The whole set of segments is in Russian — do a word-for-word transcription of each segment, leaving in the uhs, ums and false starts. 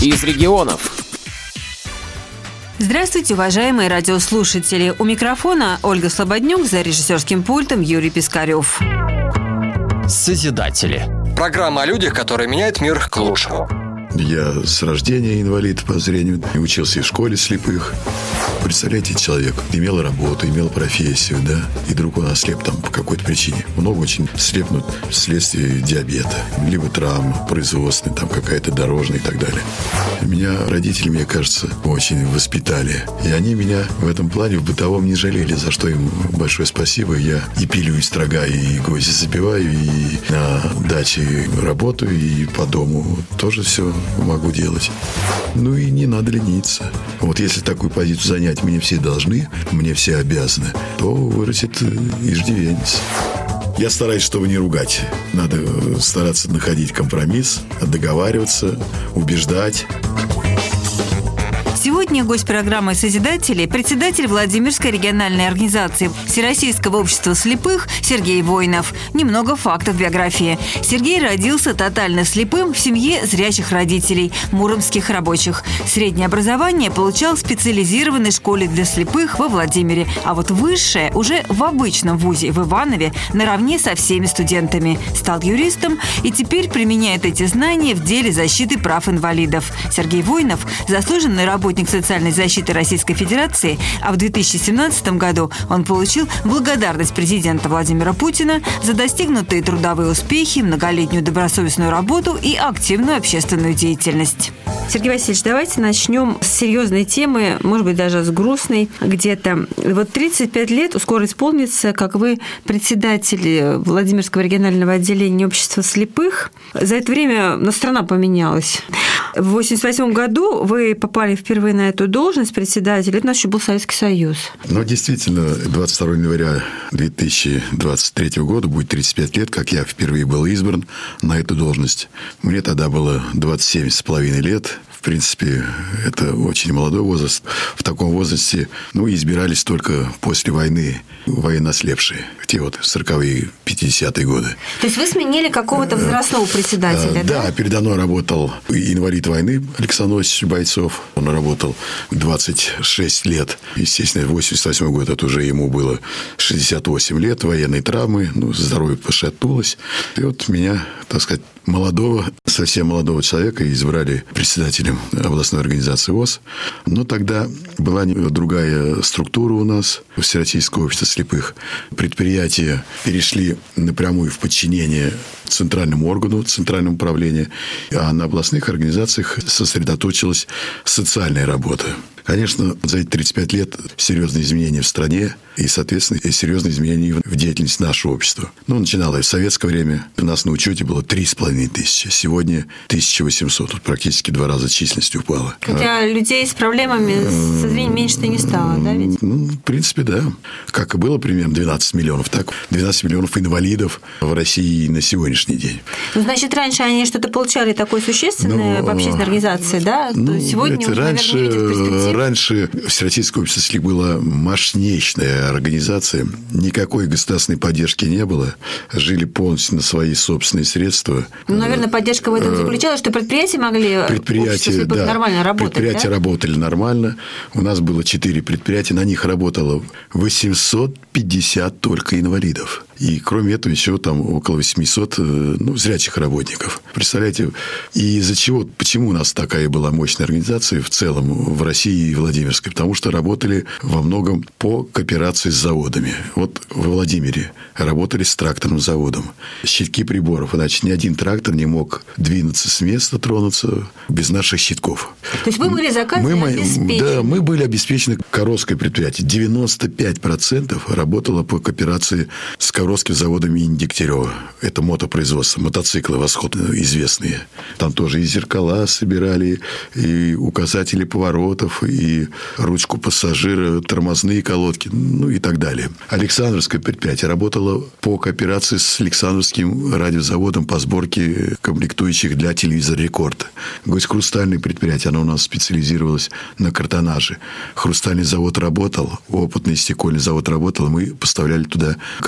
из регионов. Здравствуйте, уважаемые радиослушатели. У микрофона Ольга Слободнюк, за режиссерским пультом Юрий Пискарев. Созидатели. Программа о людях, которые меняют мир к лучшему. Я с рождения инвалид по зрению, учился и в школе слепых. Представляете, человек имел работу, имел профессию, да, и вдруг он ослеп там по какой-то причине. Много очень слепнут вследствие диабета, либо травм производственной, там какая-то дорожная и так далее. Меня родители, мне кажется, очень воспитали. И они меня в этом плане в бытовом не жалели, за что им большое спасибо. Я и пилю, и строгаю, и гвозди забиваю, и на даче работаю, и по дому тоже все могу делать. Ну и не надо лениться. Вот если такую позицию занять мне все должны, мне все обязаны, то вырастет иждивенец. Я стараюсь, чтобы не ругать. Надо стараться находить компромисс, договариваться, убеждать. Сегодня гость программы «Созидатели» председатель Владимирской региональной организации Всероссийского общества слепых Сергей Воинов. Немного фактов биографии. Сергей родился тотально слепым в семье зрячих родителей, муромских рабочих. Среднее образование получал в специализированной школе для слепых во Владимире, а вот высшее уже в обычном вузе в Иванове наравне со всеми студентами. Стал юристом и теперь применяет эти знания в деле защиты прав инвалидов. Сергей Воинов – заслуженный работник социальной защиты Российской Федерации, а в две тысячи семнадцатом году он получил благодарность президента Владимира Путина за достигнутые трудовые успехи, многолетнюю добросовестную работу и активную общественную деятельность. Сергей Васильевич, давайте начнем с серьезной темы, может быть, даже с грустной где-то. Вот тридцать пять лет скоро исполнится, как вы председатель Владимирского регионального отделения общества слепых. За это время ну, страна поменялась. В восемьдесят восьмом году вы попали впервые на эту должность председателя. Это у нас еще был Советский Союз. Ну, действительно, двадцать второго января две тысячи двадцать третьего года будет тридцать пять лет, как я впервые был избран на эту должность. Мне тогда было двадцать семь с половиной лет. В принципе, это очень молодой возраст. В таком возрасте, ну, избирались только после войны военнослепшие. Те вот сороковые, пятидесятые годы. То есть вы сменили какого-то возрастного председателя, да? Да, передо мной работал инвалид войны Александр Осипович Бойцов. Он работал двадцать шесть лет. Естественно, восемьдесят восьмой год, это уже ему было шестьдесят восемь лет, военные травмы, ну, здоровье пошатнулось. И вот меня, так сказать, молодого, совсем молодого человека избрали председателем областной организации ВОС. Но тогда была другая структура у нас, Всероссийское общество слепых. Предприятия перешли напрямую в подчинение центральному органу, центральному управлению, а на областных организациях сосредоточилась социальная работа. Конечно, за эти тридцать пять лет серьезные изменения в стране и, соответственно, серьезные изменения в деятельности нашего общества. Ну, начиналось в советское время. У нас на учете было три с половиной тысячи. Сегодня тысяча восемьсот. Тут практически два раза численность упала. Хотя а... людей с проблемами со зрением меньше-то не стало, да, ведь? Ну, в принципе, да. Как и было примерно двенадцать миллионов, так двенадцать миллионов инвалидов в России на сегодняшний день. Ну, значит, раньше они что-то получали такое существенное ну, в общественной организации, да? Ну, то сегодня это уже, раньше, наверное, видят перспективы. Раньше Всероссийское общество слепых была мощнейшая организация. Никакой государственной поддержки не было. Жили полностью на свои собственные средства. Ну, наверное, поддержка в этом заключалась, что предприятия могли предприятия, да, нормально работать. Предприятия да? работали нормально. У нас было четыре предприятия. На них работало восемьсот пятьдесят только инвалидов. И кроме этого еще там около восемьсот ну, зрячих работников. Представляете, и из-за чего, почему у нас такая была мощная организация в целом в России и Владимирской? Потому что работали во многом по кооперации с заводами. Вот во Владимире работали с тракторным заводом. Щитки приборов. Иначе ни один трактор не мог двинуться с места, тронуться без наших щитков. То есть вы были заказаны, мы, обеспечены? Да, мы были обеспечены. Коровское предприятие. девяносто пять процентов работало по кооперации с Коровским заводом имени Дегтярева. Это мотопроизводство, мотоциклы «Восход» известные. Там тоже и зеркала собирали, и указатели поворотов, и ручку пассажира, тормозные колодки, ну и так далее. Александровское предприятие работало по кооперации с Александровским радиозаводом по сборке комплектующих для телевизора «Рекорд». Гость-хрустальное предприятие, оно у нас специализировалось на картонаже. Хрустальный завод работал, опытный стекольный завод работал, мы поставляли туда картонную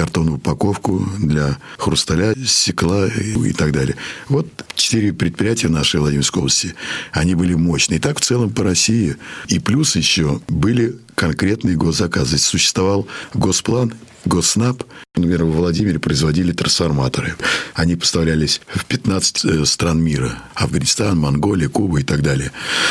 упаковку для хрусталя, стекла и так далее. Вот четыре предприятия нашей Владимирской области, они были мощные. И так в целом по России. И плюс еще были конкретные госзаказы. Существовал госплан, Госснаб. Например, в Владимире производили трансформаторы. Они поставлялись в пятнадцать стран мира. Афганистан, Монголия, Куба и так далее.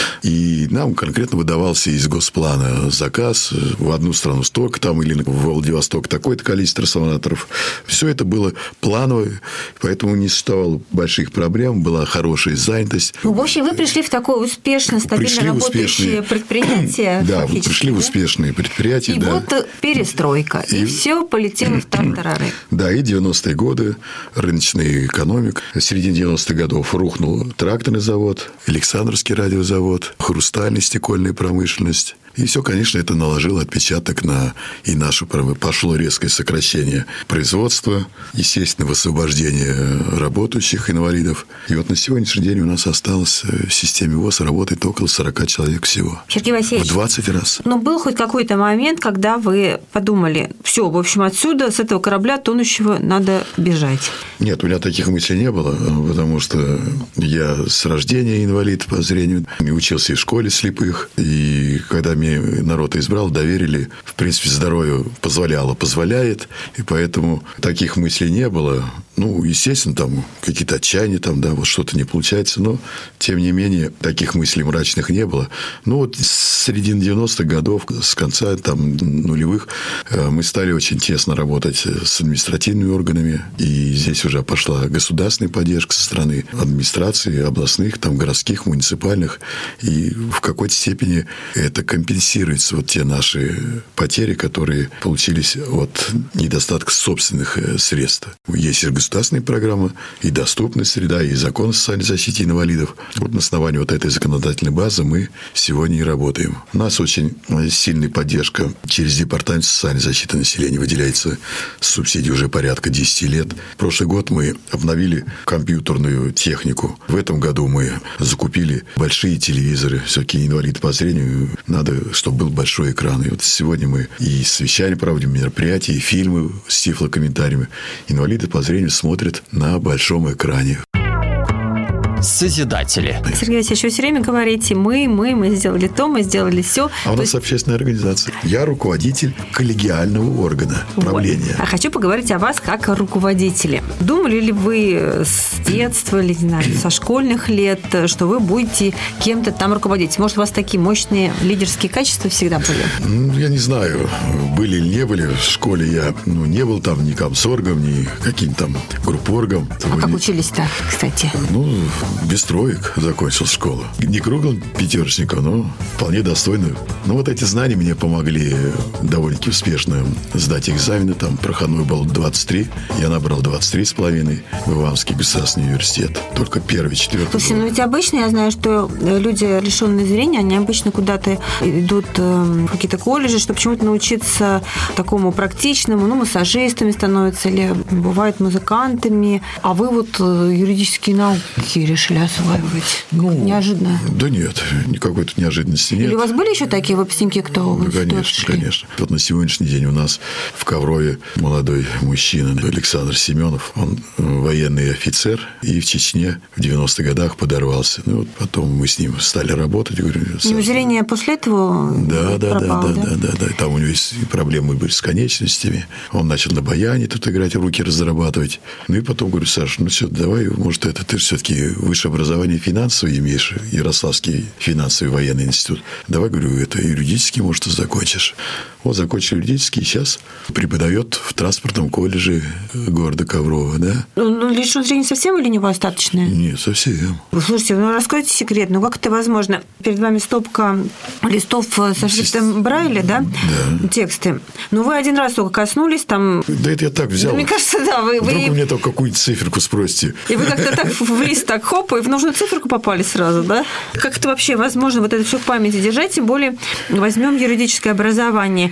И нам конкретно выдавался из госплана заказ в одну страну столько там, или в Владивосток такое-то количество трансформаторов. Все это было планово, поэтому не существовало больших проблем, была хорошая занятость. Ну, в общем, вы пришли в такое успешно, стабильно пришли работающее успешные... предприятие. Да, мы пришли в успешные предприятия. И да. вот перестройка. И, и все полетело в тартарары. Да, и девяностые годы, рыночная экономика. В середине девяностых годов рухнул тракторный завод, Александровский радиозавод, хрустальная стекольная промышленность. И все, конечно, это наложило отпечаток на и нашу промышленность. Пошло резкое сокращение производства, естественно, высвобождение работающих инвалидов. И вот на сегодняшний день у нас осталось в системе ВОС работает около сорок человек всего. Сергей Васильевич, в двадцать раз. Но был хоть какой-то момент, когда вы подумали, все, в общем, отсюда, с этого корабля тонущего, надо бежать? Нет, у меня таких мыслей не было, потому что я с рождения инвалид по зрению, учился и в школе слепых, и когда меня народ избрал, доверили, в принципе, здоровье позволяло, позволяет, и поэтому таких мыслей не было. Ну, естественно, там какие-то отчаяния, там, да, вот что-то не получается, но, тем не менее, таких мыслей мрачных не было. Ну, вот с середины девяностых годов, с конца там нулевых, мы стали очень тесно работать с административными органами, и здесь уже пошла государственная поддержка со стороны администрации, областных, там, городских, муниципальных, и в какой-то степени это компенсируется, вот те наши потери, которые получились от недостатка собственных средств. Есть государственная программа, и доступная среда, и закон о социальной защите инвалидов. Вот на основании вот этой законодательной базы мы сегодня и работаем. У нас очень сильная поддержка через Департамент социальной защиты населения. Выделяется субсидии уже порядка десять лет. Прошлый год мы обновили компьютерную технику. В этом году мы закупили большие телевизоры. Все-таки инвалиды по зрению надо, чтобы был большой экран. И вот сегодня мы и совещания проводим, мероприятия, и фильмы с тифлокомментариями. Инвалиды по зрению смотрят на большом экране. Созидатели. Сергей Васильевич, вы все время говорите «мы, мы, мы сделали то, мы сделали все». А у нас есть... общественная организация. Я руководитель коллегиального органа правления. Вот. А хочу поговорить о вас как о руководителе. Думали ли вы с детства, или, не знаю, со школьных лет, что вы будете кем-то там руководить? Может, у вас такие мощные лидерские качества всегда были? Ну, я не знаю, были или не были. В школе я ну, не был там ни комсоргом, ни каким-то там группоргом. А как учились-то, кстати? Ну, без троек закончил школу. Не круглым пятерочником, но вполне достойно. Ну, вот эти знания мне помогли довольно-таки успешно сдать экзамены. Там проходной был двадцать три. Я набрал двадцать три с половиной в Ивановский государственный университет. Только первый, четвертый. Слушай, ну ведь обычно я знаю, что люди, лишенные зрения, они обычно куда-то идут в какие-то колледжи, чтобы почему-то научиться такому практичному, ну, массажистами становятся или бывают музыкантами. А вы вот юридические науки решили осваивать? Ну, неожиданно. Да нет, никакой тут неожиданности нет. Или у вас были еще такие выпускники, кто ну, конечно, шли? Конечно. Вот на сегодняшний день у нас в Коврове молодой мужчина Александр Семенов. Он военный офицер и в Чечне в девяностых годах подорвался. Ну, вот потом мы с ним стали работать. Говорю, Саша, зрение после этого да, да, пропало, да, да? Да, да, да, да. Там у него есть проблемы были с конечностями. Он начал на баяне тут играть, руки разрабатывать. Ну, и потом говорю, Саша, ну, все, давай, может, это ты все-таки высшее образование финансовое имеешь, Ярославский финансовый военный институт. Давай, говорю, это юридический, может, ты закончишь. Вот, закончил юридический, и сейчас преподает в транспортном колледже города Коврова, да? Ну, лишен зрения совсем или недостаточное? Нет, совсем. Слушайте, ну, раскройте секрет, ну, как это возможно? Перед вами стопка листов со шрифтом Брайля, да? Да. Тексты. Ну, вы один раз только коснулись, там... Да это я так взял. Да, мне кажется, да. Вы, Вдруг вы... у меня только какую-то циферку спросите. И вы как-то так в лист так хоп, и в нужную циферку попали сразу, да? Как это вообще возможно вот это все в памяти держать? Тем более возьмем юридическое образование.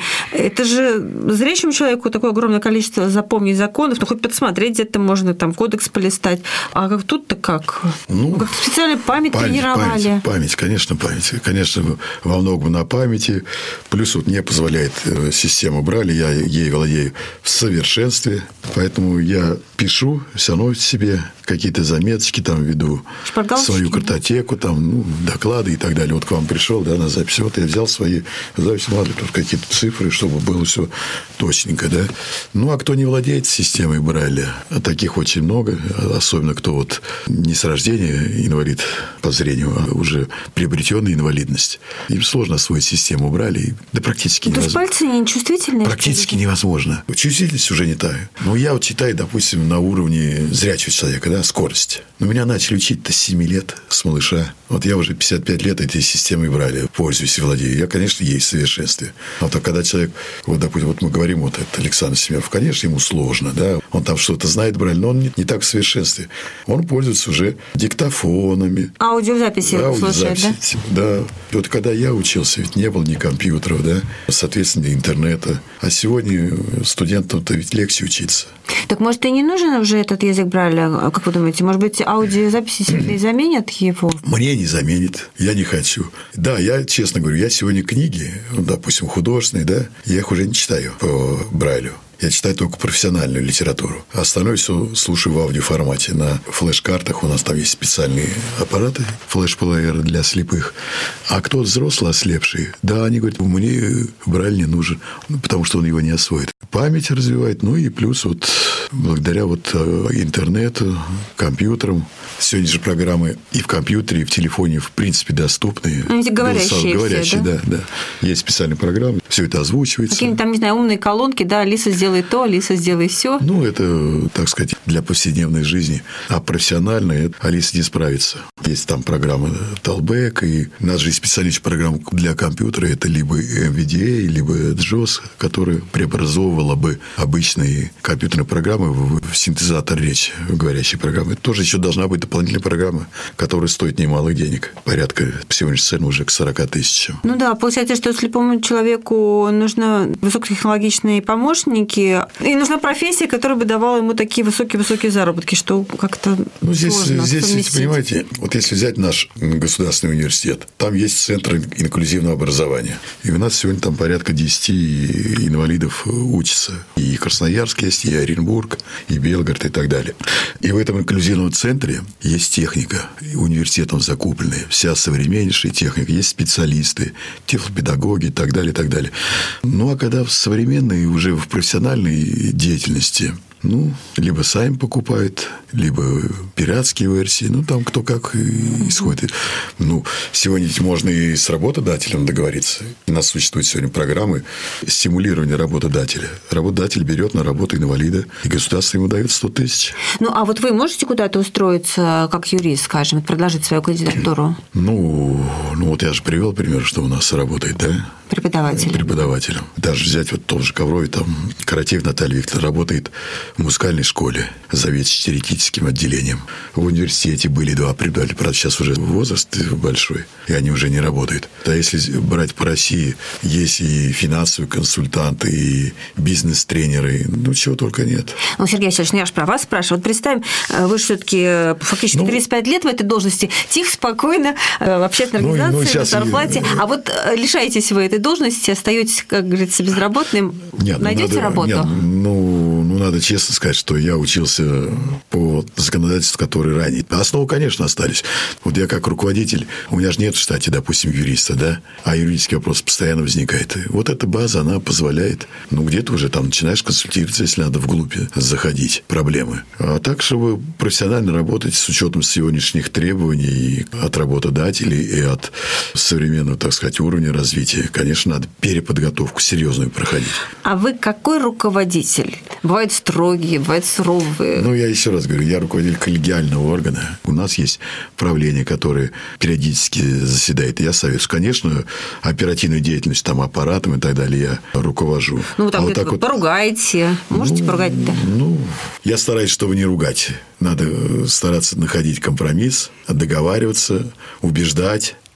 Это же зрячему человеку такое огромное количество запомнить законов, ну, хоть подсмотреть где-то можно, там, кодекс полистать. А как тут-то как? Ну, как специально память, память тренировали. Память, память, конечно, память. Конечно, во многом на памяти. Плюс вот мне позволяет система Брайля, я ей владею в совершенстве. Поэтому я пишу все равно себе какие-то заметочки, там веду свою картотеку, там, ну, доклады и так далее. Вот к вам пришел, да, на запись. Вот я взял свои записи, надо тут какие-то цифры, чтобы было все точненько, да. Ну, а кто не владеет системой Брайля, а таких очень много, особенно кто вот не с рождения инвалид по зрению, а уже приобретенная инвалидность, им сложно освоить систему Брайля, да практически невозможно. То есть пальцы не чувствительные? Практически невозможно. Чувствительность уже не та. Ну, я вот читаю, допустим, на уровне зрячего человека, да, скорость. Но меня начали учить-то с семи лет, с малыша. Вот я уже пятьдесят пять лет этой системой Брайля пользуюсь и владею. Я, конечно, ей в совершенстве. А то, когда человек, вот, допустим, вот мы говорим, вот это Александр Семенов, конечно, ему сложно, да, он там что-то знает Брайль, но он не, не так в совершенстве. Он пользуется уже диктофонами. Аудиозаписи слушает, да? Да. Вот когда я учился, ведь не было ни компьютеров, да, соответственно, интернета. А сегодня студентам-то ведь легче учиться. Так, может, и не нужен уже этот язык Брайля, как вы думаете? Может быть, аудиозаписи сильно заменят его? Мне не заменит. Я не хочу. Да, я, честно говорю, я сегодня книги, допустим, художественные, да, я их уже не читаю по Брайлю. Я читаю только профессиональную литературу. Остальное все слушаю в аудиоформате. На флеш-картах у нас там есть специальные аппараты, флеш-плееры для слепых. А кто взрослый ослепший, да, они говорят, мне Брайль не нужен, ну, потому что он его не освоит. Память развивает, ну и плюс вот благодаря вот интернету, компьютерам. Сегодня же программы и в компьютере, и в телефоне в принципе доступны. Ну, эти говорящие, говорящие все, да? да, да. Есть специальные программы, все это озвучивается. Какие-нибудь там, не знаю, умные колонки, да, Алиса сделай то, Алиса сделай все. Ну, это, так сказать, для повседневной жизни. А профессионально Алиса не справится. Есть там программы Talkback, и у нас же есть специальная программа для компьютера. Это либо эм ви ди эй, либо джоус, которая преобразовывала бы обычные компьютерные программы в синтезатор речи, в говорящие программы. Это тоже еще должна быть дополнительная программа, которая стоит немалых денег. Порядка сегодняшней цены уже к сорока тысячам. Ну да, получается, что слепому человеку нужны высокотехнологичные помощники, и нужна профессия, которая бы давала ему такие высокие-высокие заработки, что как-то ну, здесь, сложно здесь, совместить. Понимаете, вот если взять наш государственный университет, там есть центр инклюзивного образования. И у нас сегодня там порядка десяти инвалидов учатся. И Красноярск есть, и Оренбург, и Белгород, и так далее. И в этом инклюзивном центре есть техника, университетом закупленная, вся современнейшая техника. Есть специалисты, тифлопедагоги и так далее, и так далее. Ну, а когда в современной, уже в профессиональной деятельности, ну, либо сами покупают, либо пиратские версии. Ну, там кто как исходит. Ну, сегодня ведь можно и с работодателем договориться. У нас существуют сегодня программы стимулирования работодателя. Работодатель берет на работу инвалида, и государство ему дает сто тысяч. Ну, а вот вы можете куда-то устроиться как юрист, скажем, предложить свою кандидатуру? Ну, ну вот я же привел пример, что у нас работает, да? Преподавателем. Преподавателем. Даже взять вот том же Коврове, там Каратеев Наталья Викторовна работает в музыкальной школе, заведующей теоретическим отделением. В университете были два преподавателя, правда, сейчас уже возраст большой, и они уже не работают. А если брать по России, есть и финансовые консультанты, и бизнес-тренеры, ну, чего только нет. Ну, Сергей Васильевич, я же про вас спрашиваю. Вот представим, вы же все-таки фактически ну, тридцать пять лет в этой должности, тихо, спокойно, в общественной ну, организации, ну, на зарплате. Я... А вот лишаетесь вы этой должности, остаетесь, как говорится, безработным, нет, найдете ну, надо, работу? Нет, ну, ну, надо честно сказать, что я учился по законодательству, которое ранее. Основы, конечно, остались. Вот я как руководитель, у меня же нет в штате, допустим, юриста, да, а юридический вопрос постоянно возникает. И вот эта база, она позволяет, ну, где-то уже там начинаешь консультироваться, если надо вглубь заходить, проблемы. А так, чтобы профессионально работать с учетом сегодняшних требований от работодателей и от современного, так сказать, уровня развития, конечно, надо переподготовку серьезную проходить. А вы какой руководитель? Бывают строгие, бывают суровые. Ну, я еще раз говорю, я руководитель коллегиального органа. У нас есть правление, которое периодически заседает. И я советую. Конечно, оперативную деятельность, там, аппаратом и так далее я руковожу. Ну, вы там а вот так вот поругаете. Можете ну, поругать, да? Ну, я стараюсь, чтобы не ругать. Надо стараться находить компромисс, договариваться, убеждать.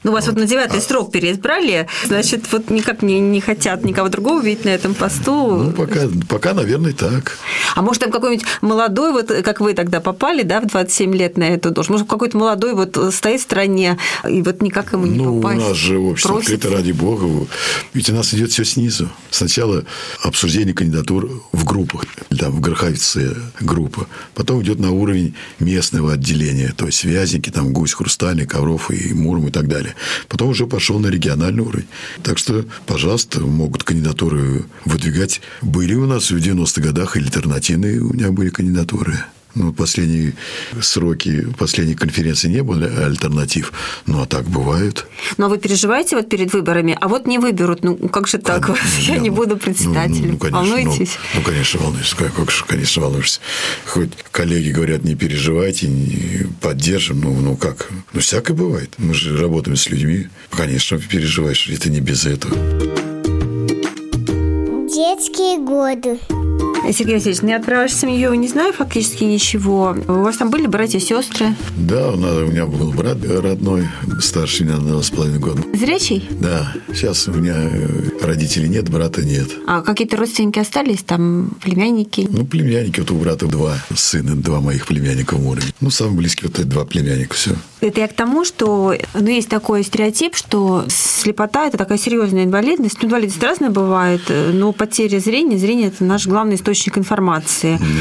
Ну, вас вот, вот на девятый а... срок переизбрали, значит, вот никак не, не хотят никого другого видеть на этом посту. Ну, пока, пока, наверное, так. А может, там какой-нибудь молодой, вот как вы тогда попали, да, в двадцать семь лет на эту должность, может, какой-то молодой вот стоит в стране, и вот никак ему не ну, попасть. Ну, у нас же общество открыто, ради бога. Ведь у нас идет все снизу. Сначала обсуждение кандидатур в группах, там, в Гороховице группа. Потом идет на уровень местного отделения, то есть Вязники, там, Гусь, Хрустальный, Ковров и Муром и так далее. Потом уже пошел на региональный уровень. Так что, пожалуйста, могут кандидатуры выдвигать. Были у нас в девяностых годах альтернативные у меня были кандидатуры. Ну, последние сроки, последней конференции не было альтернатив. Ну, а так бывает. Ну, а вы переживаете вот перед выборами? А вот не выберут. Ну, как же так? А, Я ну, не буду председателем. Ну, ну, конечно, волнуетесь? Ну, ну, конечно, волнуюсь. Как, как же, конечно, волнуешься. Хоть коллеги говорят, не переживайте, не поддержим. Ну, ну, как? Ну, всякое бывает. Мы же работаем с людьми. Конечно, переживаешь. Это не без этого. Детские годы. Сергей Васильевич, ну я про вашу семью не знаю фактически ничего. У вас там были братья и сестры? Да, у меня был брат родной, старше меня на два с половиной года. Зрячий? Да. Сейчас у меня родителей нет, брата нет. А какие-то родственники остались? Там племянники? Ну, племянники. Вот у брата два сына, два моих племянника в уровне. Ну, самые близкие вот два племянника, все. Это я к тому, что ну, есть такой стереотип, что слепота – это такая серьезная инвалидность. Ну, инвалидность разная бывает, но потеря зрения, зрение – это наш главный источник информации. Mm.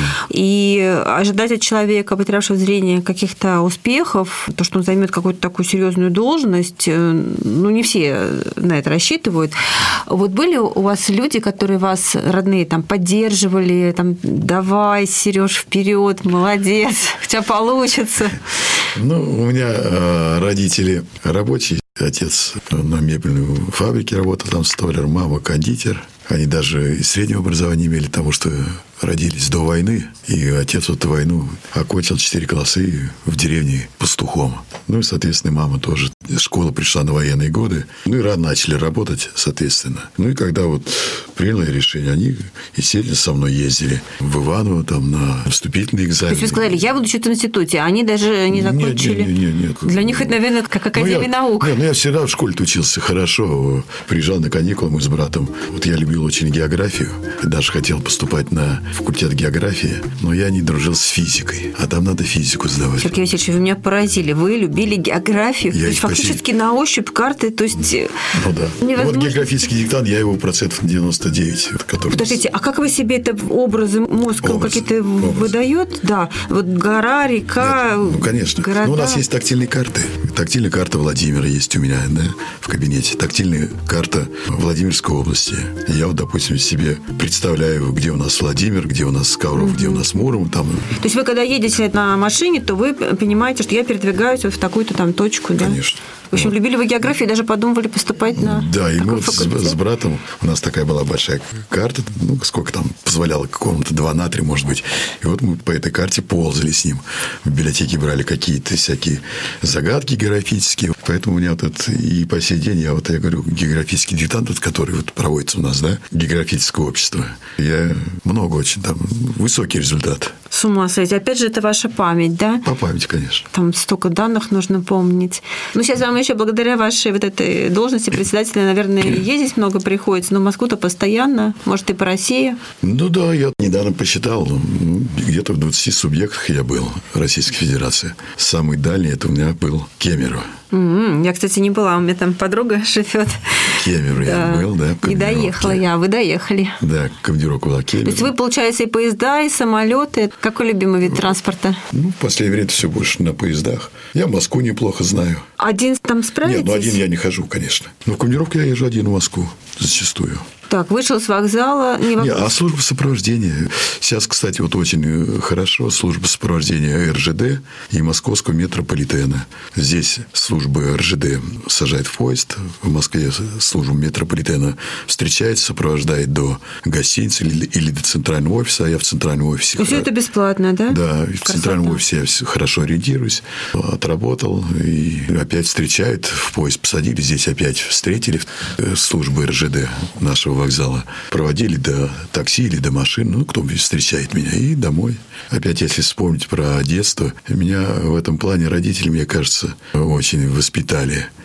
И ожидать от человека, потерявшего зрение, каких-то успехов, то, что он займет какую-то такую серьезную должность, ну, не все на это рассчитывают. Вот были у вас люди, которые вас, родные, там, поддерживали, там, давай, Серёж, вперед, молодец, у тебя получится? Ну, у меня э, родители рабочие. Отец на мебельной фабрике работал, там столяр, мама кондитер. Они даже и среднего образования имели, потому что родились до войны. И отец вот эту войну окончил четыре класса и в деревне пастухом. Ну и, соответственно, мама тоже. Школа пришла на военные годы. Ну и рано начали работать, соответственно. Ну и когда вот приняли решение, они, естественно, со мной ездили в Иваново там на вступительные экзамены. То есть вы сказали, я буду учиться в институте, а они даже не закончили? Нет, нет, нет. нет. Для них это, наверное, как Академия ну, я, наук. Нет, ну я всегда в школе учился хорошо. Приезжал на каникулы мы с братом. Вот я любил очень географию. Даже хотел поступать на факультет географии, но я не дружил с физикой. А там надо физику сдавать. Сергей Васильевич, вы меня поразили. Вы любили географию. Я то есть, фактически на ощупь карты. То есть, ну да. Невозможно... Вот географический диктант, я его процентов девяносто девять. Который... Подождите, а как вы себе это образы мозг Образ. какие-то Образ. выдает? Да. Вот гора, река, Нет, ну, конечно. города. Ну, у нас есть тактильные карты. Тактильная карта Владимира есть у меня, да, в кабинете. Тактильная карта Владимирской области. Я вот, допустим, себе представляю, где у нас Владимир, где у нас Ковров, угу. где у нас Муром. Там... То есть вы, когда едете на машине, то вы понимаете, что я передвигаюсь вот в такую-то там точку, да? Конечно. В общем, любили вы географию и даже подумывали поступать на Да, и мы вот с, с братом, у нас такая была большая карта, ну, сколько там позволяло, комната два на три, может быть. И вот мы по этой карте ползали с ним. В библиотеке брали какие-то всякие загадки географические. Поэтому у меня вот это и по сей день, я вот, я говорю, географический диктант, вот, который вот проводится у нас, да, географическое общество. Я много очень там, высокий результат. С ума сойти. Опять же, это ваша память, да? По памяти, конечно. Там столько данных нужно помнить. Ну, сейчас вам еще благодаря вашей вот этой должности председателя, наверное, ездить много приходится, но в Москву-то постоянно, может, и по России. Ну да, я недавно посчитал, где-то в двадцати субъектах я был в Российской Федерации. Самый дальний это у меня был Кемерово. Я, кстати, не была, у меня там подруга живет. Кемерово я был, да. Не доехала я, вы доехали. Да, командировка была Кемерово. То есть вы, получается, и поезда, и самолеты. Какой любимый вид транспорта? Ну, в последнее время все больше на поездах. Я Москву неплохо знаю. Один там справитесь? Нет, ну один я не хожу, конечно. Но в командировку я езжу один в Москву зачастую. Так, вышел с вокзала... Не, не, а служба сопровождения. Сейчас, кстати, вот очень хорошо служба сопровождения эр жэ дэ и московского метрополитена. Здесь служба эр жэ дэ сажает в поезд. В Москве служба метрополитена встречает, сопровождает до гостиницы или, или до центрального офиса. А я в центральном офисе... И все это бесплатно, да? Да, в центральном офисе я хорошо ориентируюсь. Отработал, и опять встречают. В поезд посадили, здесь опять встретили. Службу эр жэ дэ нашего вокзала проводили до такси или до машин, ну, кто встречает меня, и домой. Опять, если вспомнить про детство, меня в этом плане родители, мне кажется, очень воспитали.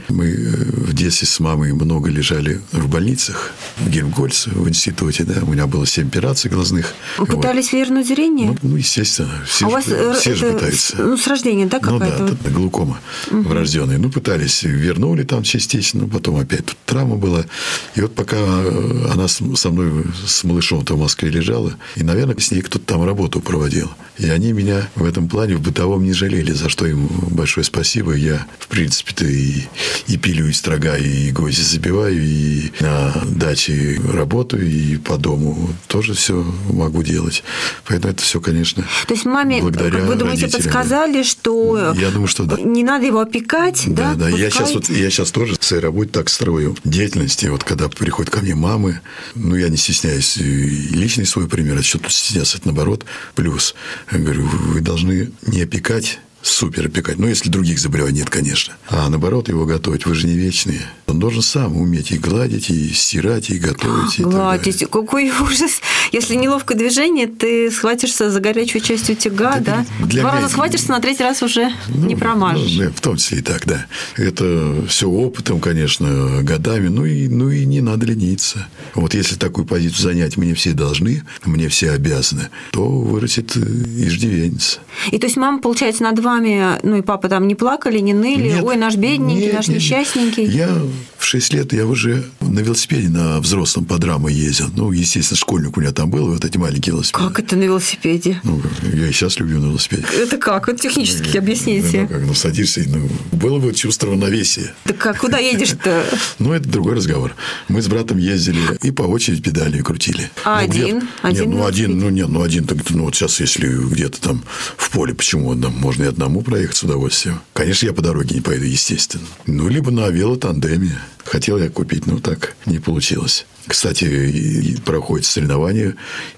Мы в детстве с мамой много лежали в больницах, в Гельмгольце, в институте, да. У меня было семь операций глазных. Вы вот. Пытались вернуть зрение? Ну, ну естественно. Все, а же, у вас все это, же пытаются. Ну, с рождения, да, какая-то? Ну, да, глаукома угу. врожденная. Ну, пытались, вернули там частично, но потом опять тут травма была. И вот пока она со мной, с малышом-то в Москве лежала, и, наверное, с ней кто-то там работу проводил. И они меня в этом плане в бытовом не жалели, за что им большое спасибо. Я, в принципе-то, и, и пилю, и строгаю, и гвозди забиваю, и на даче работаю, и по дому тоже все могу делать. Поэтому это все, конечно, то есть маме, благодаря как вы думаете, родителям. Подсказали, что я думаю, что да. не надо его опекать, да? Да, да. Я сейчас, вот, я сейчас тоже в своей работе так строю деятельности. Вот когда приходят ко мне мамы, ну, я не стесняюсь и личный свой пример, а что тут стесняться, это наоборот плюс. Я говорю, вы должны не опекать, супер опекать. Ну, если других заболеваний нет, конечно. А наоборот, его готовить. Вы же не вечные. Он должен сам уметь и гладить, и стирать, и готовить. И гладить. Какой ужас. Если неловкое движение, ты схватишься за горячую часть утюга, да? да? Два меня... раза схватишься, на третий раз уже ну, не промажешь. Ну, в том числе и так, да. Это все опытом, конечно, годами. Ну и, ну и не надо лениться. Вот если такую позицию занять мне все должны, мне все обязаны, то вырастет иждивенец. И то есть мама, получается, над вами, ну и папа там не плакали, не ныли, нет, ой, наш бедненький, нет, наш нет, несчастненький. Я в шесть лет, я уже на велосипеде на взрослом по Драму ездил. Ну, естественно, школьник у меня там был, вот эти маленькие велосипеды. Как это на велосипеде? Ну, я и сейчас люблю на велосипеде. Это как? Вот технически ну, объясните. Ну, как, ну, садишься, ну, было бы чувство равновесия. Так а куда едешь-то? Ну, это другой разговор. Мы с братом ездили и по очереди педали крутили. А ну, один? Нет, ну, один, ну, нет, ну, один, ну, вот сейчас, если где-то там в поле, почему одному? Можно и одному проехать с удовольствием. Конечно, я по дороге не пойду, естественно. Ну, либо на велотандеме. Хотел я купить, но так не получилось. Кстати, проходят соревнования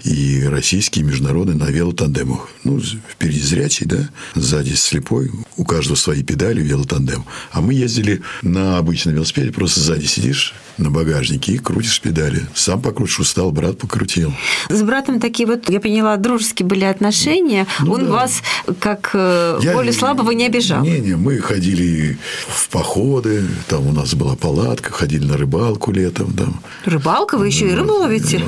и российские, и международные на велотандемах. Ну, впереди зрячий, да, сзади слепой. У каждого свои педали, велотандем. А мы ездили на обычном велосипеде, просто сзади сидишь на багажнике и крутишь педали. Сам покрутишь, устал, брат покрутил. С братом такие вот, я поняла, дружеские были отношения. Ну, Он да. вас, как я, более слабого, не обижал? Не-не, мы ходили в походы, там у нас была палатка, ходили на рыбалку летом. Там. Рыбалка? Вы еще и рыбу ловите?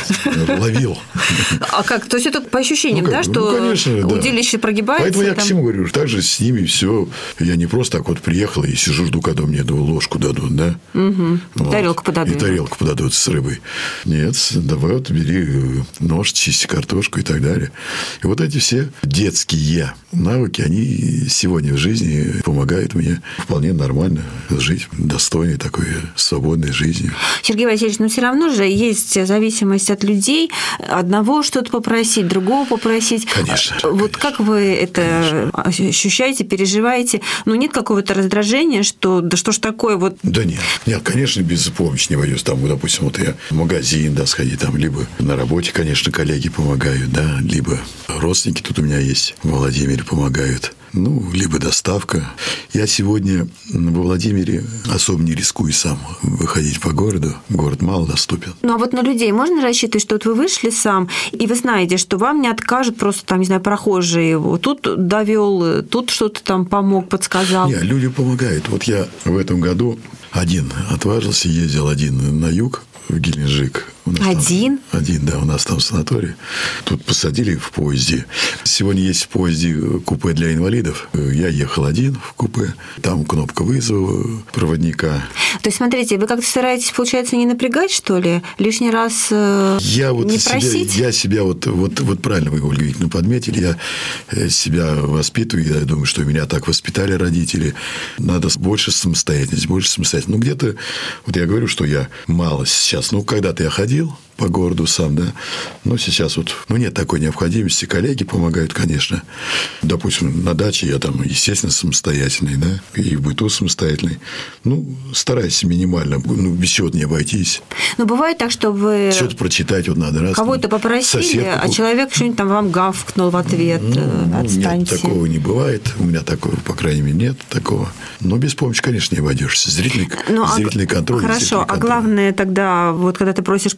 Ловил. А как? То есть это по ощущениям, ну, да, что ну, конечно, удилище да. прогибается? Поэтому я там... к чему говорю, так же с ними все. Я не просто так вот приехал и сижу, жду, когда мне ложку дадут, да? Угу. Вот. Тарелку подадут. И тарелку подадут с рыбой. Нет, давай вот бери нож, чисти картошку и так далее. И вот эти все детские навыки, они сегодня в жизни помогают мне вполне нормально жить достойной такой свободной жизнью. Сергей Васильевич, но все равно же есть зависимость от людей. Одного что-то попросить, другого попросить. Конечно. Вот конечно, как вы это конечно. ощущаете, переживаете? Ну, нет какого-то раздражения, что да что ж такое вот... Да нет, нет, конечно, без помощи не обойдусь. Там, допустим, вот я в магазин, да, сходить, там, либо на работе, конечно, коллеги помогают, да, либо родственники тут у меня есть в Владимире помогают. Ну, либо доставка. Я сегодня во Владимире особо не рискую сам выходить по городу. Город мало доступен. Ну, а вот на людей можно рассчитывать, что вот вы вышли сам, и вы знаете, что вам не откажут просто, там, не знаю, прохожие. Вот тут довел, тут что-то там помог, подсказал. Нет, люди помогают. Вот я в этом году один отважился, ездил один на юг, в Геленджик. Один? Там, один, да, у нас там санаторий. Тут посадили в поезде. Сегодня есть в поезде купе для инвалидов. Я ехал один в купе. Там кнопка вызова проводника. То есть, смотрите, вы как-то стараетесь, получается, не напрягать, что ли? Лишний раз э, я вот не себя, просить? Я себя вот, вот, вот правильно вы, Ольга Викторовна, подметили. Я себя воспитываю. Я думаю, что меня так воспитали родители. Надо больше самостоятельности, больше самостоятельности. Ну, где-то, вот я говорю, что я мало сейчас. Ну, когда-то я ходил по городу сам, да. Но сейчас вот, ну, нет такой необходимости. Коллеги помогают, конечно. Допустим, на даче я там, естественно, самостоятельный, да, и в быту самостоятельный. Ну, стараюсь минимально, ну, без чего-то не обойтись. Но бывает так, что вы... Что-то прочитать вот надо раз. Кого-то попросили, соседку... а человек что-нибудь там вам гавкнул в ответ. Ну, отстаньте. Нет, такого не бывает. У меня такого, по крайней мере, нет такого. Но без помощи, конечно, не обойдешься. Зрительный, ну, зрительный контроль. Хорошо, зрительный а контроль. Главное тогда, вот когда ты просишь помощи, потому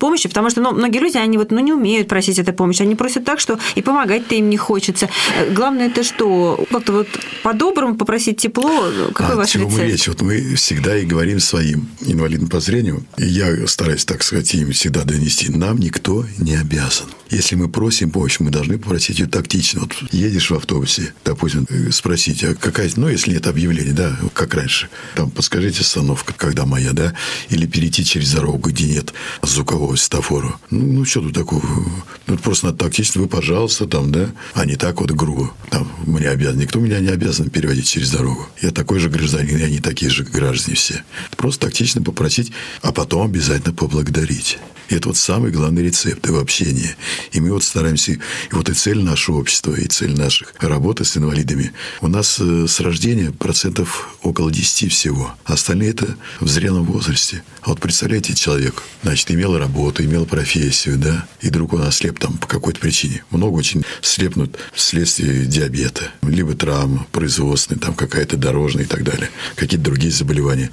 Потому что ну, многие люди, они вот, ну, не умеют просить этой помощи. Они просят так, что и помогать-то им не хочется. Главное, это что? Как-то вот по-доброму попросить тепло. Какой а ваш чего рецепт? мы речь? Вот мы всегда и говорим своим инвалидам по зрению, и я стараюсь, так сказать, им всегда донести. Нам никто не обязан. Если мы просим помощь, мы должны попросить ее тактично. Вот едешь в автобусе, допустим, спросить, а какая... Ну, если нет объявления, да, как раньше. Там, подскажите остановка, когда моя, да? Или перейти через дорогу, где нет звукового светофора. Ну, ну что тут такого? Ну, просто надо тактично, вы, пожалуйста, там, да? А не так вот грубо. Там, мне обязан. Никто меня не обязан переводить через дорогу. Я такой же гражданин, и они такие же граждане все. Просто тактично попросить, а потом обязательно поблагодарить. И это вот самый главный рецепт в общении. И мы вот стараемся... И вот и цель нашего общества, и цель наших работы с инвалидами. У нас с рождения процентов около десяти всего. Остальные это в зрелом возрасте. А вот представляете, человек, значит, имел работу, имел профессию, да, и вдруг он ослеп там по какой-то причине. Много очень слепнут вследствие диабета. Либо травма производственная, там какая-то дорожная и так далее. Какие-то другие заболевания.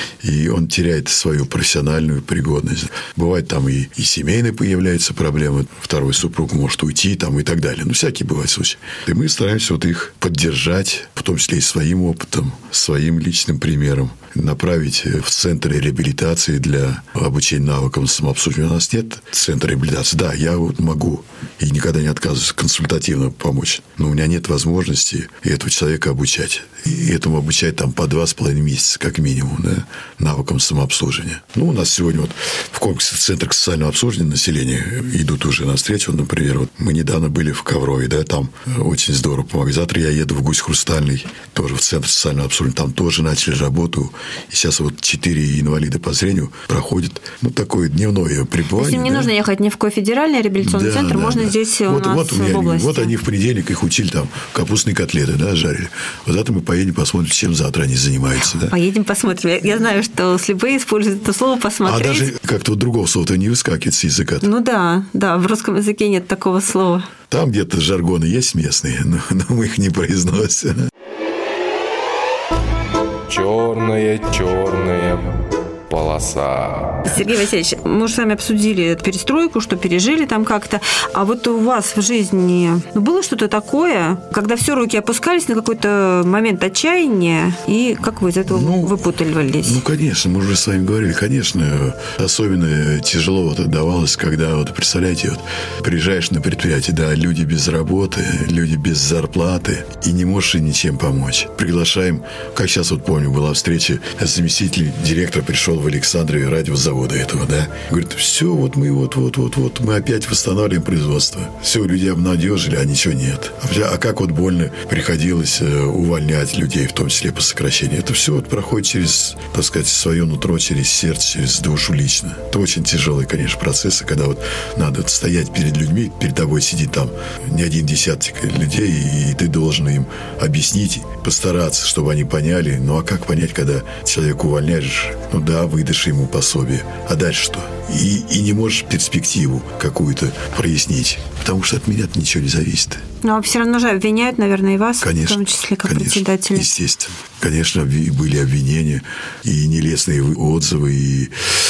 И он теряет свою профессиональную пригодность. Бывает там и, и семейные появляются проблемы. Второй супруг может уйти там и так далее. Ну, всякие бывают случаи. И мы стараемся вот их поддержать, в том числе и своим опытом, своим личным примером, направить в центры реабилитации для обучения навыкам самообслуживания. У нас нет центра реабилитации. Да, я вот могу и никогда не отказываюсь консультативно помочь. Но у меня нет возможности этого человека обучать. И этому обучать там по два с половиной месяца, как минимум, да, навыкам самообслуживания. Ну, у нас сегодня вот в комплексе центрах социального обслуживания населения идут уже навстречу. Вот, например, вот мы недавно были в Коврове, да, там очень здорово помогают. Завтра я еду в Гусь Хрустальный, тоже в центр социального обслуживания. Там тоже начали работу. И сейчас вот четыре инвалида по зрению проходят, ну, такое дневное пребывание. То есть им не да? нужно ехать ни в какой федеральный реабилитационный да, центр, да, можно да. здесь у вот, нас вот у меня в области. Вот они в понедельник их учили там капустные котлеты, да, жарили. Вот завтра мы поедем, посмотрим, чем завтра они занимаются. Да? Поедем, посмотрим. Я, я знаю, что слепые используют это слово «посмотреть». А даже как-то вот другого слова-то не выскакивает с языка. Ну да, да, в русском языке нет такого слова. Там где-то жаргоны есть местные, но, но мы их не произносим. Черная, черная полоса. Сергей Васильевич, мы уже с вами обсудили перестройку, что пережили там как-то. А вот у вас в жизни ну, было что-то такое, когда все руки опускались на какой-то момент отчаяния, и как вы из этого ну, выпутывались? Ну, конечно, мы уже с вами говорили, конечно, особенно тяжело вот давалось, когда, вот, представляете, вот, приезжаешь на предприятие, да, люди без работы, люди без зарплаты, и не можешь ничем помочь. Приглашаем, как сейчас вот помню, была встреча, заместитель директора пришел в Александрове радиозавода этого, да. Говорит, все, вот мы вот-вот-вот-вот, мы опять восстанавливаем производство. Все, людей обнадежили, а ничего нет. А как вот больно приходилось увольнять людей, в том числе по сокращению. Это все вот проходит через, так сказать, свое нутро, через сердце, через душу лично. Это очень тяжелые, конечно, процессы, когда вот надо стоять перед людьми, перед тобой сидит там не один десяток людей, и ты должен им объяснить, постараться, чтобы они поняли. Ну, а как понять, когда человека увольняешь? Ну да, выдашь ему пособие. А дальше что? И, и не можешь перспективу какую-то прояснить. Потому что от меня ничего не зависит. Но все равно же обвиняют, наверное, и вас, конечно, в том числе как конечно, председателя. Естественно. Конечно, были обвинения, и нелестные отзывы, и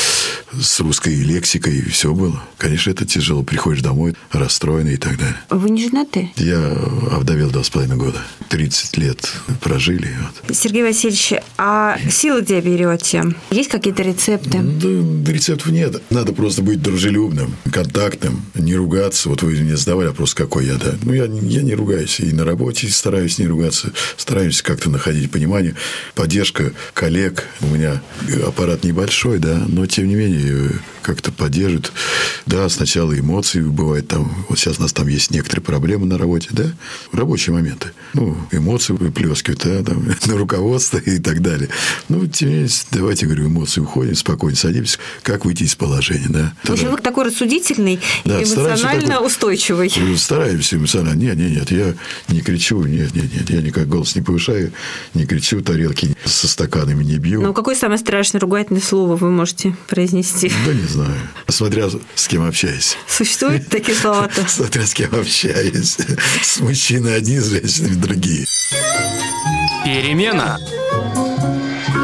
с русской лексикой, и все было. Конечно, это тяжело. Приходишь домой, расстроенный и так далее. Вы не женаты? Я овдовел два с половиной года. тридцать лет прожили. Вот. Сергей Васильевич, а силы где берете? Есть какие-то рецепты? Да, рецептов нет. Надо просто быть дружелюбным, контактным, не ругаться. Вот вы мне задавали вопрос, какой я, да. Ну, я, я не ругаюсь. И на работе стараюсь не ругаться. Стараюсь как-то находить понимание. Поддержка коллег. У меня аппарат небольшой, да, но, тем не менее, как-то поддерживают. Да, сначала эмоции бывают там. Вот сейчас у нас там есть некоторые проблемы на работе, да. Рабочие моменты. Ну, эмоции выплескивают, да, там, на руководство и так далее. Ну, тем не менее, давайте, говорю, эмоции уходим, спокойно садимся. Как выйти из положения, да. В общем, вы такой рассудительный, да, эмоционально такой, устойчивый. Стараемся эмоционально. Нет, нет, нет, я не кричу, нет, нет, нет, я никак голос не повышаю, не кричу, тарелки со стаканами не бью. Ну, какое самое страшное ругательное слово вы можете произнести? Да не знаю. Смотря с кем общаюсь. Существуют такие слова-то? Смотря с кем общаюсь. С мужчиной одни, с женщинами другие. Перемена. Я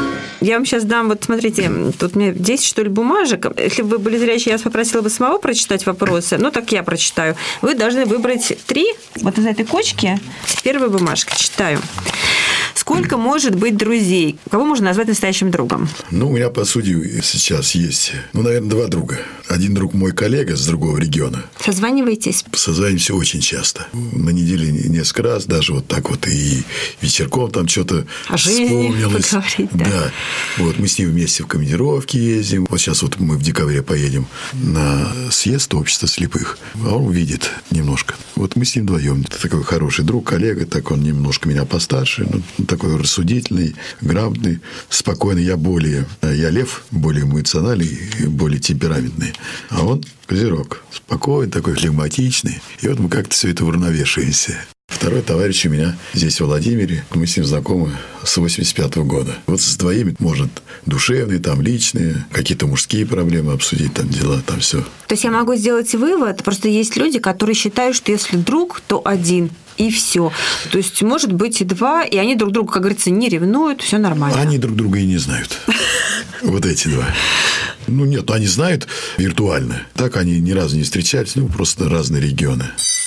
Я вам сейчас дам, вот смотрите, тут у меня десять, что ли, бумажек. Если бы вы были зрячие, я вас попросила бы самого прочитать вопросы. Ну, так я прочитаю. Вы должны выбрать три вот из этой кучки. Первая бумажка. Читаю. Сколько может быть друзей? Кого можно назвать настоящим другом? Ну, у меня, по сути, сейчас есть, ну, наверное, два друга. Один друг мой коллега с другого региона. Созваниваетесь? Созваниваемся очень часто. На неделе несколько раз, даже вот так вот и вечерком там что-то вспомнилось. Поговорить, да. Да. Вот мы с ним вместе в командировки ездим. Вот сейчас вот мы в декабре поедем на съезд общества слепых. А он видит немножко. Вот мы с ним вдвоем. Это такой хороший друг, коллега. Так он немножко меня постарше. Ну, такой рассудительный, грамотный, спокойный. Я более... Я лев, более эмоциональный, более темпераментный. А он козерог. Спокойный, такой флегматичный. И вот мы как-то все это уравновешиваемся. Второй товарищ у меня здесь, в Владимире. Мы с ним знакомы с восемьдесят пятого года. Вот с двоими может душевные, там личные, какие-то мужские проблемы обсудить, там дела, там все. То есть я могу сделать вывод, просто есть люди, которые считают, что если друг, то один. И все. То есть, может быть, и два, и они друг друга, как говорится, не ревнуют, все нормально. Они друг друга и не знают. Вот эти два. Ну, нет, они знают виртуально. Так они ни разу не встречались, ну, просто разные регионы.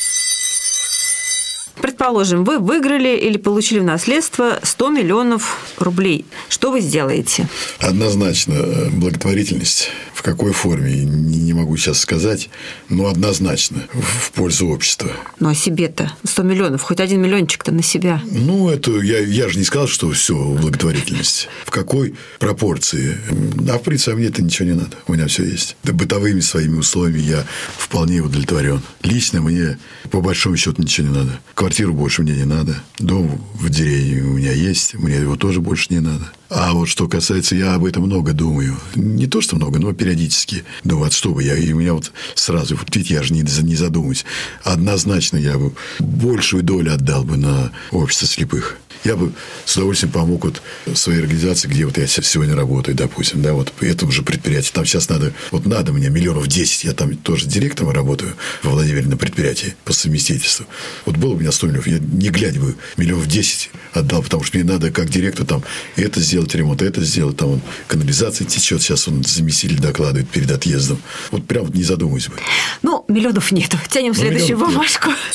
Предположим, вы выиграли или получили в наследство сто миллионов рублей. Что вы сделаете? Однозначно благотворительность. В какой форме, не, не могу сейчас сказать, но однозначно в пользу общества. Ну, а себе-то сто миллионов, хоть один миллиончик-то на себя. Ну, это я, я же не сказал, что все благотворительность. В какой пропорции? А в принципе, мне это ничего не надо. У меня все есть. Да, бытовыми своими условиями я вполне удовлетворен. Лично мне, по большому счету, ничего не надо. Квартиру больше мне не надо. Дом в деревне у меня есть. Мне его тоже больше не надо. А вот что касается, я об этом много думаю. Не то, что много, но периодически думаю, от что бы я. И у меня вот сразу, вот ведь я же не, не задумываюсь. Однозначно я бы большую долю отдал бы на общество слепых. Я бы с удовольствием помог вот своей организации, где вот я сегодня работаю, допустим, да, вот этому же предприятию. Там сейчас надо, вот надо мне миллионов десять, я там тоже директором работаю во Владимире на предприятии по совместительству. Вот было бы у меня сто миллионов, я не глядя бы миллионов десять отдал, потому что мне надо как директор там это сделать, ремонт, это сделать, там он канализация течет, сейчас он заместитель докладывает перед отъездом. Вот прям вот не задумываюсь бы. Ну, миллионов нету. Тянем ну, следующую бумажку. Нет.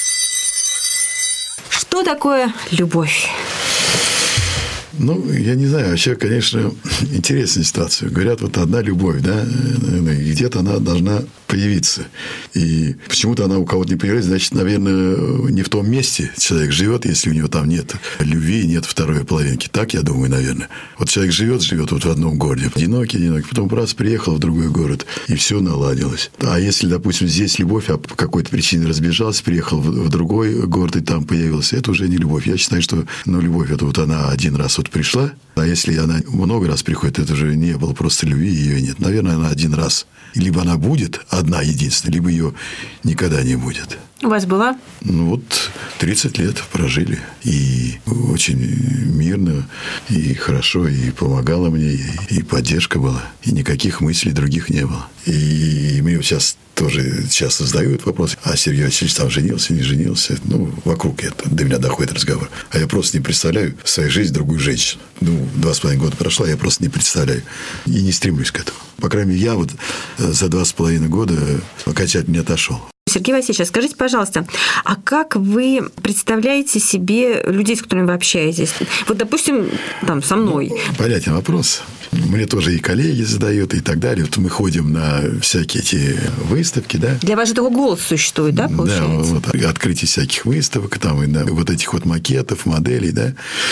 Что такое любовь? Ну, я не знаю. Вообще, конечно, интересная ситуация. Говорят, вот одна любовь, да, и где-то она должна появиться. И почему-то она у кого-то не появляется, значит, наверное, не в том месте человек живет, если у него там нет любви, нет второй половинки. Так, я думаю, наверное. Вот человек живет, живет вот в одном городе, одинокий, одинокий, потом раз приехал в другой город, и все наладилось. А если, допустим, здесь любовь, а по какой-то причине разбежался, приехал в другой город, и там появился, это уже не любовь. Я считаю, что, ну, любовь, это вот она один раз вот пришла, а если она много раз приходит, это уже не было просто любви, ее нет. Наверное, она один раз. Либо она будет одна единственная, либо ее никогда не будет. У вас была? Ну, вот тридцать лет прожили. И очень мирно, и хорошо, и помогала мне, и поддержка была. И никаких мыслей других не было. И мне сейчас тоже часто задают вопрос, а Сергей Васильевич там женился, не женился? Ну, вокруг это, до меня доходит разговор. А я просто не представляю в своей жизни другую женщину. Ну, два с половиной года прошло, я просто не представляю. И не стремлюсь к этому. По крайней мере, я вот за два с половиной года окончательно не отошел. Сергей Васильевич, скажите, пожалуйста, а как вы представляете себе людей, с которыми вы общаетесь? Вот, допустим, там, со мной. Ну, понятен вопрос. Мне тоже и коллеги задают, и так далее. Вот мы ходим на всякие эти выставки, да. Для вас же такой голос существует, да, получается? Да, вот открытие всяких выставок, там, и, да, вот этих вот макетов, моделей, да.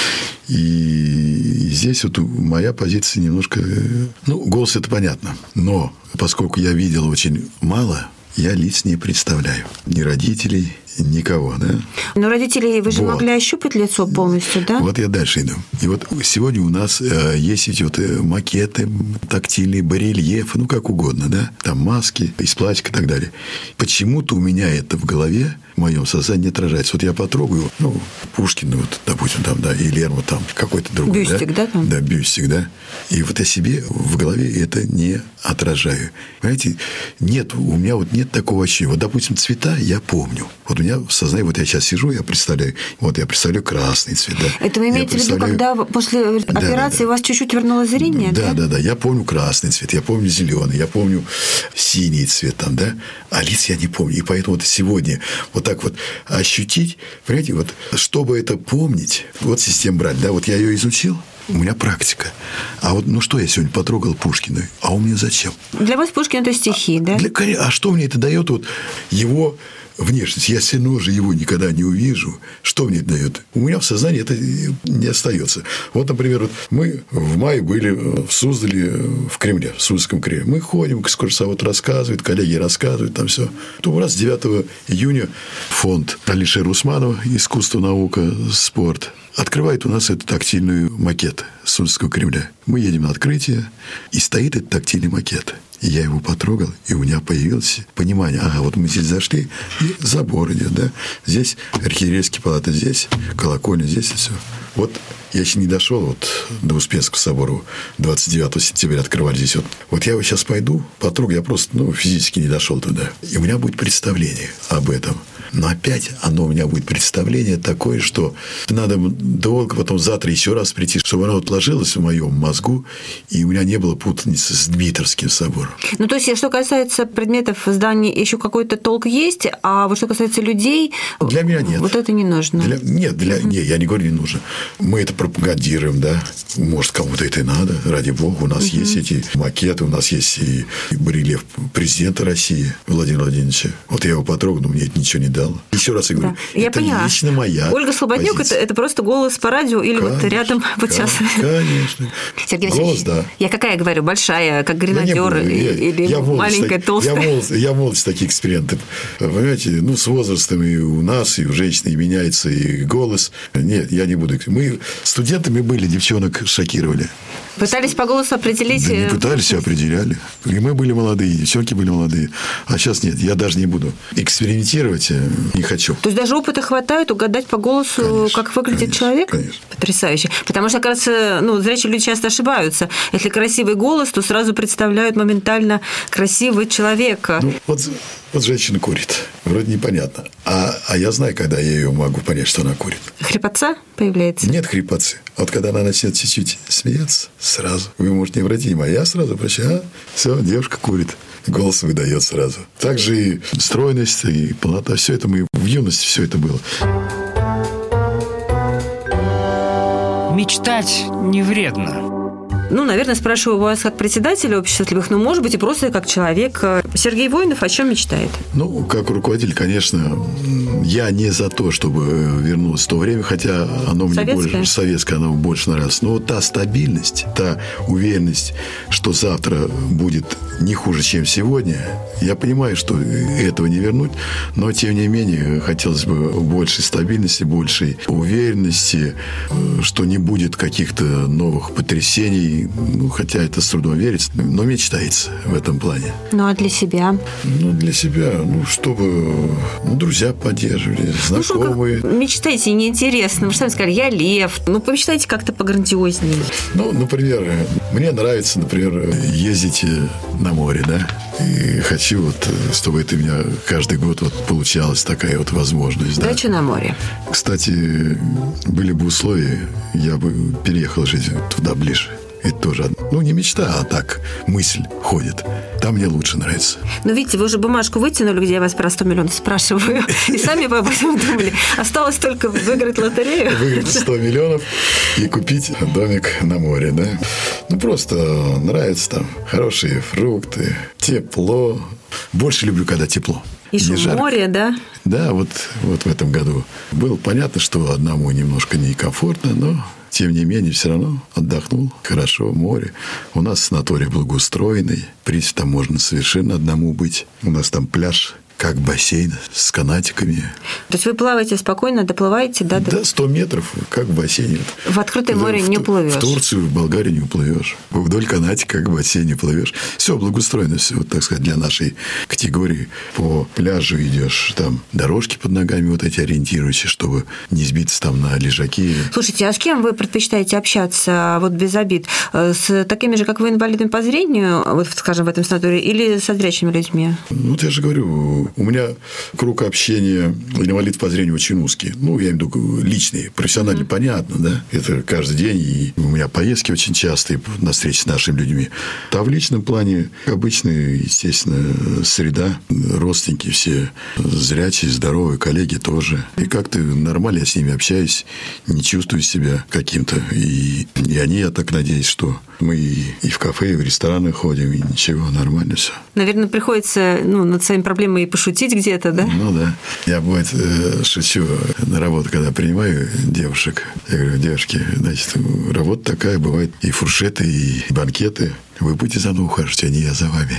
И здесь вот моя позиция немножко... Ну, голос – это понятно. Но поскольку я видел очень мало... Я лиц не представляю. Ни родителей, никого, да? Но родителей вы же вот. могли ощупать лицо полностью, да? Вот я дальше иду. И вот сегодня у нас э, есть эти вот макеты, тактильные барельефы, ну, как угодно, да? Там маски из пластика и так далее. Почему-то у меня это в голове в моем сознании не отражается. Вот я потрогаю, ну, Пушкина, вот, допустим, там, да, и Лермонтов, там, какой-то другой. Бюстик, да? Да, там? Да, бюстик, да. И вот я себе в голове это не отражаю. Понимаете, нет, у меня вот нет такого ощущения. Вот, допустим, цвета я помню. Вот у меня в сознании, вот я сейчас сижу, я представляю, вот я представляю красный цвет, да. Это вы имеете представляю... в виду, когда после операции да, да, да. у вас чуть-чуть вернулось зрение, да? Да, да, да. Я помню красный цвет, я помню зеленый, я помню синий цвет там, да. А лиц я не помню. И поэтому вот сегодня вот так вот ощутить, понимаете, вот, чтобы это помнить, вот систему брать, да, вот я ее изучил, у меня практика. А вот, ну что я сегодня потрогал Пушкина? А у меня зачем? Для вас Пушкин – это стихи, да? Для, а что мне это дает? Вот его внешность. Я все равно же его никогда не увижу. Что мне это дает? У меня в сознании это не остается. Вот, например, вот мы в мае были в Суздале, в Кремле, в Суздальском Кремле. Мы ходим, экскурсовод рассказывает, коллеги рассказывают, там все. То у нас девятого июня фонд Алишера Усманова «Искусство, наука, спорт» открывает у нас этот тактильный макет Суздальского Кремля. Мы едем на открытие, и стоит этот тактильный макет. И я его потрогал, и у меня появилось понимание. Ага, вот мы здесь зашли, и забор идет, да. Здесь архиерейские палаты, здесь колокольня, здесь и все. Вот я еще не дошел вот до Успенского собора. двадцать девятого сентября открывали здесь. Вот, вот я его сейчас пойду, потрогаю. Я просто ну, физически не дошел туда. И у меня будет представление об этом. Но опять оно у меня будет представление такое, что надо долго потом завтра еще раз прийти, чтобы оно отложилось в моем мозгу, и у меня не было путаницы с Дмитровским собором. Ну, то есть, что касается предметов зданий, еще какой-то толк есть, а вот что касается людей... Для меня нет. Вот это не нужно. Для... Нет, для... mm-hmm. нет, я не говорю, не нужно. Мы это пропагандируем, да. Может, кому-то это и надо, ради бога. У нас mm-hmm. есть эти макеты, у нас есть и барельеф президента России Владимира Владимировича. Вот я его потрогал, но мне это ничего не дало. Еще раз я говорю, да. это я лично моя Ольга Слободнюк это, это просто голос по радио или конечно, вот рядом вот сейчас. Конечно. Сергей голос, да. Я какая говорю, большая, как гренадер да или я маленькая, так, толстая? Я молод, я молод таких экспериментов. Понимаете, ну, с возрастом и у нас, и у женщин и меняется и голос. Нет, я не буду. Мы студентами были, девчонок шокировали. Пытались по голосу определить? Да не пытались, а определяли. И мы были молодые, девчонки были молодые. А сейчас нет, я даже не буду экспериментировать, не хочу. То есть даже опыта хватает угадать по голосу, конечно, как выглядит конечно, человек? Конечно. Потрясающе. Потому что, кажется, ну, зрячие люди часто ошибаются. Если красивый голос, то сразу представляют моментально красивого человека. Ну, вот, вот женщина курит. Вроде непонятно. А, а я знаю, когда я ее могу понять, что она курит. Хрипотца появляется? Нет хрипотцы. Вот когда она начнет чуть-чуть смеяться, сразу. Вы можете не обратить внимания. Я сразу прощаю. А, все, девушка курит. Голос выдает сразу. Также и стройность, и полнота. Все это мы в юности, все это было. Мечтать не вредно. Ну, наверное, спрашиваю вас как председателя общества слепых, но, может быть, и просто как человек. Сергей Воинов о чем мечтает? Ну, как руководитель, конечно, я не за то, чтобы вернулось в то время, хотя оно мне советское. больше, советское, оно больше нравится. Но вот та стабильность, та уверенность, что завтра будет не хуже, чем сегодня, я понимаю, что этого не вернуть, но, тем не менее, хотелось бы большей стабильности, большей уверенности, что не будет каких-то новых потрясений. Ну, хотя это с трудом верится, но мечтается в этом плане. Ну, а для себя? Ну, для себя, ну, чтобы ну, друзья поддерживали, знакомые. Ну, мечтайте, неинтересно. Вы сами сказали, я лев. Ну, помечтайте как-то пограндиознее. Ну, например, мне нравится, например, ездить на море, да. И хочу вот, чтобы это у меня каждый год вот получалась такая вот возможность. Дача да. на море. Кстати, были бы условия, я бы переехал жить туда ближе. Это тоже, ну, не мечта, а так мысль ходит. Там мне лучше нравится. Ну, видите, вы уже бумажку вытянули, где я вас про сто миллионов спрашиваю, и сами вы об этом думали. Осталось только выиграть лотерею. Выиграть сто миллионов и купить домик на море, да? Ну, просто нравится там. Хорошие фрукты, тепло. Больше люблю, когда тепло. И шум моря, да? Да, вот, вот в этом году. Было понятно, что одному немножко некомфортно, но... Тем не менее, все равно отдохнул. Хорошо, море. У нас санаторий благоустроенный. В принципе, там можно совершенно одному быть. У нас там пляж как бассейн с канатиками. То есть вы плаваете спокойно, доплываете, да? Да, сто метров, как в бассейне. В открытое море в, не уплывешь. В Турцию, в Болгарию не уплывешь. Вдоль канатика, как в бассейне плывешь. Все благоустроено, все, так сказать, для нашей категории. По пляжу идешь, там дорожки под ногами вот эти ориентируешься, чтобы не сбиться там на лежаки. Слушайте, а с кем вы предпочитаете общаться, вот без обид? С такими же, как вы, инвалидами по зрению, вот, скажем, в этом санатории, или со зрячими людьми? Ну, вот я же говорю, у меня круг общения инвалидов по зрению очень узкий. Ну, я имею в виду личный, профессионально, mm-hmm. понятно, да? Это каждый день, и у меня поездки очень частые на встречи с нашими людьми. А в личном плане обычная, естественно, среда, родственники все зрячие, здоровые, коллеги тоже. И как-то нормально я с ними общаюсь, не чувствую себя каким-то. И, и они, я так надеюсь, что мы и в кафе, и в рестораны ходим, и ничего, нормально все. Наверное, приходится ну, над своими проблемами и пошутить где-то, да? Ну, да. Я, бывает, шучу на работу, когда принимаю девушек. Я говорю, девушки, значит, работа такая, бывает и фуршеты, и банкеты. Вы будете за мной ухаживать, а не я за вами.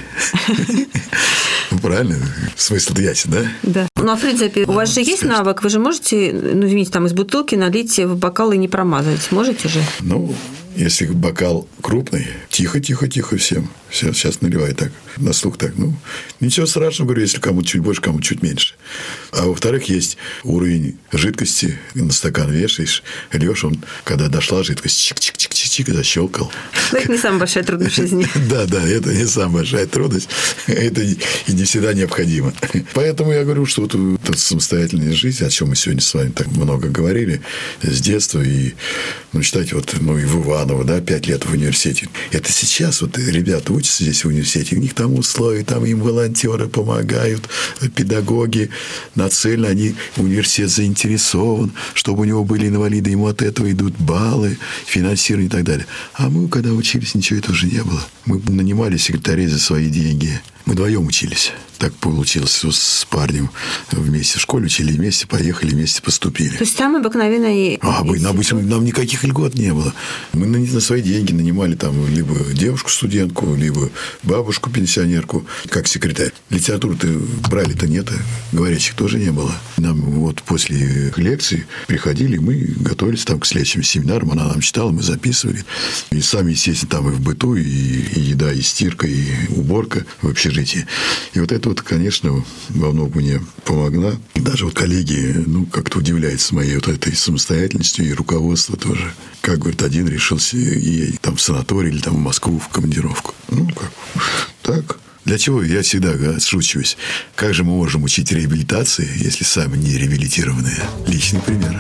Правильно? Смысл ясен, да? Да. Ну, а в принципе, у вас же есть навык, вы же можете, ну, извините, там из бутылки налить в бокал и не промазать. Можете же? Ну, если бокал крупный, тихо-тихо-тихо всем. Все, сейчас наливай так, на слух так. Ну, ничего страшного, говорю, если кому-то чуть больше, кому-то чуть меньше. А во-вторых, есть уровень жидкости, на стакан вешаешь, льешь, он, когда дошла жидкость, чик-чик-чик-чик, защелкал. Но это не самая большая трудность в жизни. Да, да, это не самая большая трудность. Это и не всегда необходимо. Поэтому я говорю, что вот эта самостоятельная жизнь, о чем мы сегодня с вами так много говорили, с детства. И, ну, считайте, вот, ну, и в Иваново, да, пять лет в университете. Это сейчас вот ребята учатся здесь в университете, у них там условия, там им волонтеры помогают, педагоги нацелены, они, университет заинтересован, чтобы у него были инвалиды, ему от этого идут баллы, финансирование и так далее. А мы, когда учились, ничего этого же не было. Мы нанимали секретарей за свои деньги. Мы вдвоем учились. Так получилось с парнем. Вместе в школе учили, вместе поехали, вместе поступили. То есть там обыкновенно... А, обычно нам никаких льгот не было. Мы на, на свои деньги нанимали там либо девушку-студентку, либо бабушку-пенсионерку, как секретарь. Литературу-то брали-то нет, говорящих тоже не было. Нам вот после лекций приходили, мы готовились там к следующим семинарам, она нам читала, мы записывали. И сами, естественно, там и в быту, и, и еда, и стирка, и уборка в общежитии. И вот это вот, конечно, во многом мне помогла. И даже вот коллеги, ну, как-то удивляются моей вот этой самостоятельностью, и руководство тоже. Как, говорит, один решился ей там в санаторий или там в Москву в командировку. Ну, как, так. Для чего? Я всегда отшучиваюсь. Как же мы можем учить реабилитации, если сами не реабилитированные? Личный пример.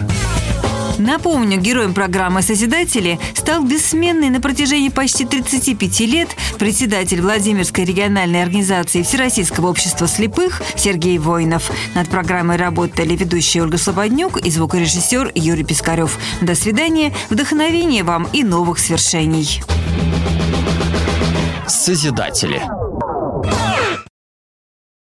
Напомню, героем программы «Созидатели» стал бессменный на протяжении почти тридцати пяти лет председатель Владимирской региональной организации Всероссийского общества слепых Сергей Воинов. Над программой работали ведущая Ольга Слободнюк и звукорежиссер Юрий Пискарев. До свидания, вдохновения вам и новых свершений. Созидатели.